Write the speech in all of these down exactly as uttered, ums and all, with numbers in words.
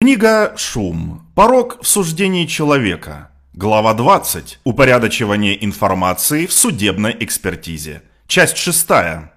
Книга «Шум. Порок в суждении человека». Глава двадцать. Упорядочивание информации в судебной экспертизе. Часть шестая.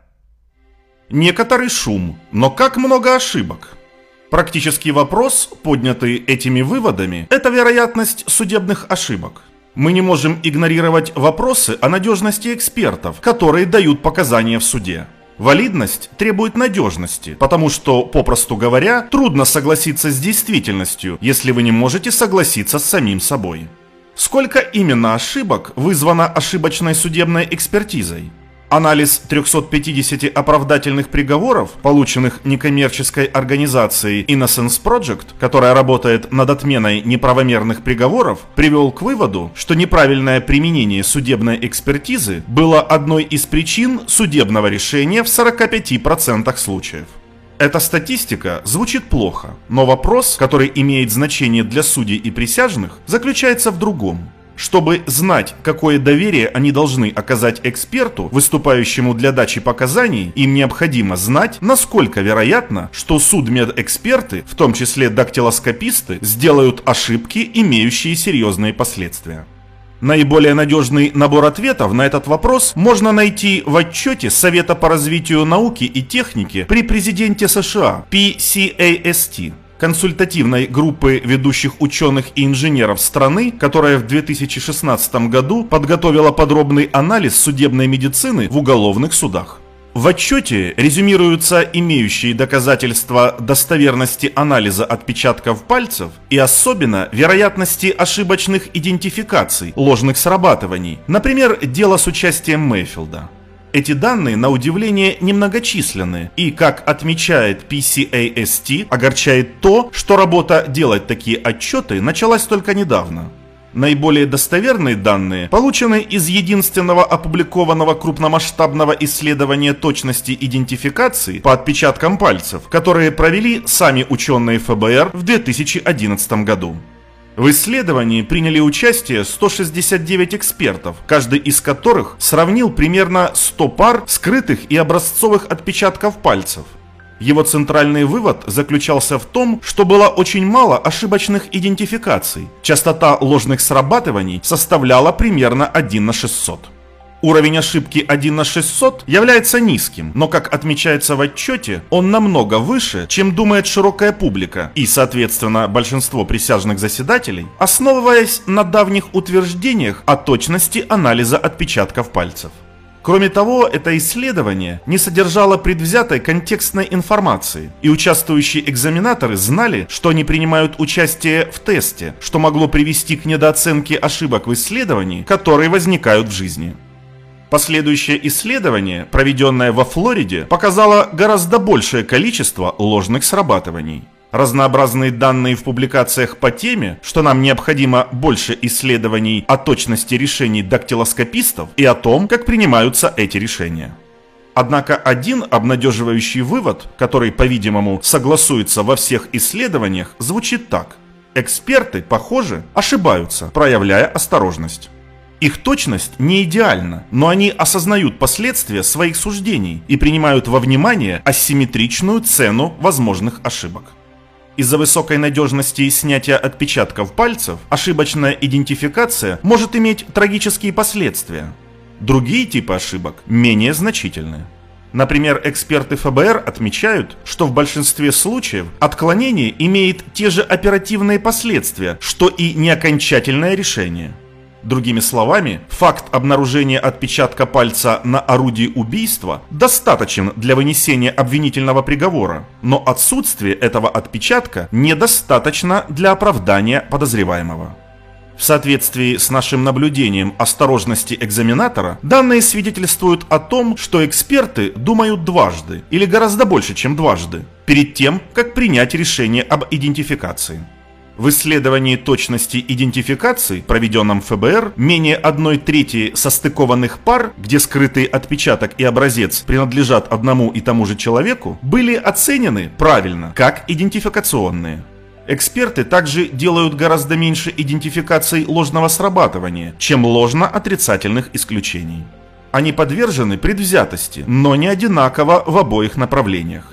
Некоторый шум, но как много ошибок? Практический вопрос, поднятый этими выводами, это вероятность судебных ошибок. Мы не можем игнорировать вопросы о надежности экспертов, которые дают показания в суде. Валидность требует надежности, потому что, попросту говоря, трудно согласиться с действительностью, если вы не можете согласиться с самим собой. Сколько именно ошибок вызвано ошибочной судебной экспертизой? Анализ трёхсот пятидесяти оправдательных приговоров, полученных некоммерческой организацией Innocence Project, которая работает над отменой неправомерных приговоров, привел к выводу, что неправильное применение судебной экспертизы было одной из причин судебного решения в сорока пяти процентах случаев. Эта статистика звучит плохо, но вопрос, который имеет значение для судей и присяжных, заключается в другом. Чтобы знать, какое доверие они должны оказать эксперту, выступающему для дачи показаний, им необходимо знать, насколько вероятно, что судмедэксперты, в том числе дактилоскописты, сделают ошибки, имеющие серьезные последствия. Наиболее надежный набор ответов на этот вопрос можно найти в отчете Совета по развитию науки и техники при президенте США пи си эй эс ти. Консультативной группы ведущих ученых и инженеров страны, которая в две тысячи шестнадцатом году подготовила подробный анализ судебной медицины в уголовных судах. В отчете резюмируются имеющие доказательства достоверности анализа отпечатков пальцев и особенно вероятности ошибочных идентификаций, ложных срабатываний, например, дело с участием Мэйфилда. Эти данные, на удивление, немногочисленны, и, как отмечает пи си эй эс ти, огорчает то, что работа делать такие отчеты началась только недавно. Наиболее достоверные данные получены из единственного опубликованного крупномасштабного исследования точности идентификации по отпечаткам пальцев, которые провели сами ученые эф бэ эр в две тысячи одиннадцатом году. В исследовании приняли участие сто шестьдесят девять экспертов, каждый из которых сравнил примерно сто пар скрытых и образцовых отпечатков пальцев. Его центральный вывод заключался в том, что было очень мало ошибочных идентификаций. Частота ложных срабатываний составляла примерно один на шестьсот. Уровень ошибки один на шестьсот является низким, но, как отмечается в отчете, он намного выше, чем думает широкая публика и, соответственно, большинство присяжных заседателей, основываясь на давних утверждениях о точности анализа отпечатков пальцев. Кроме того, это исследование не содержало предвзятой контекстной информации, и участвующие экзаменаторы знали, что они принимают участие в тесте, что могло привести к недооценке ошибок в исследовании, которые возникают в жизни. Последующее исследование, проведенное во Флориде, показало гораздо большее количество ложных срабатываний. Разнообразные данные в публикациях по теме, что нам необходимо больше исследований о точности решений дактилоскопистов и о том, как принимаются эти решения. Однако один обнадеживающий вывод, который, по-видимому, согласуется во всех исследованиях, звучит так. Эксперты, похоже, ошибаются, проявляя осторожность. Их точность не идеальна, но они осознают последствия своих суждений и принимают во внимание асимметричную цену возможных ошибок. Из-за высокой надежности снятия отпечатков пальцев ошибочная идентификация может иметь трагические последствия. Другие типы ошибок менее значительны. Например, эксперты эф бэ эр отмечают, что в большинстве случаев отклонение имеет те же оперативные последствия, что и неокончательное решение. Другими словами, факт обнаружения отпечатка пальца на орудии убийства достаточен для вынесения обвинительного приговора, но отсутствие этого отпечатка недостаточно для оправдания подозреваемого. В соответствии с нашим наблюдением осторожности экзаменатора, данные свидетельствуют о том, что эксперты думают дважды, или гораздо больше, чем дважды, перед тем, как принять решение об идентификации. В исследовании точности идентификации, проведенном эф бэ эр, менее одной трети состыкованных пар, где скрытый отпечаток и образец принадлежат одному и тому же человеку, были оценены правильно, как идентификационные. Эксперты также делают гораздо меньше идентификаций ложного срабатывания, чем ложно-отрицательных исключений. Они подвержены предвзятости, но не одинаково в обоих направлениях.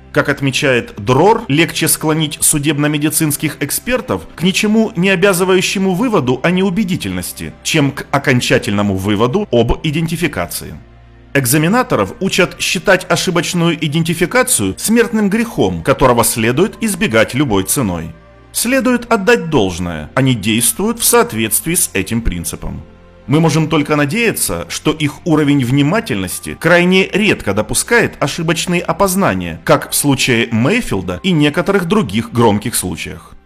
Как отмечает Дрор, легче склонить судебно-медицинских экспертов к ничему не обязывающему выводу о неубедительности, чем к окончательному выводу об идентификации. Экзаменаторов учат считать ошибочную идентификацию смертным грехом, которого следует избегать любой ценой. Следует отдать должное, они действуют в соответствии с этим принципом. Мы можем только надеяться, что их уровень внимательности крайне редко допускает ошибочные опознания, как в случае Мейфилда и некоторых других громких случаях.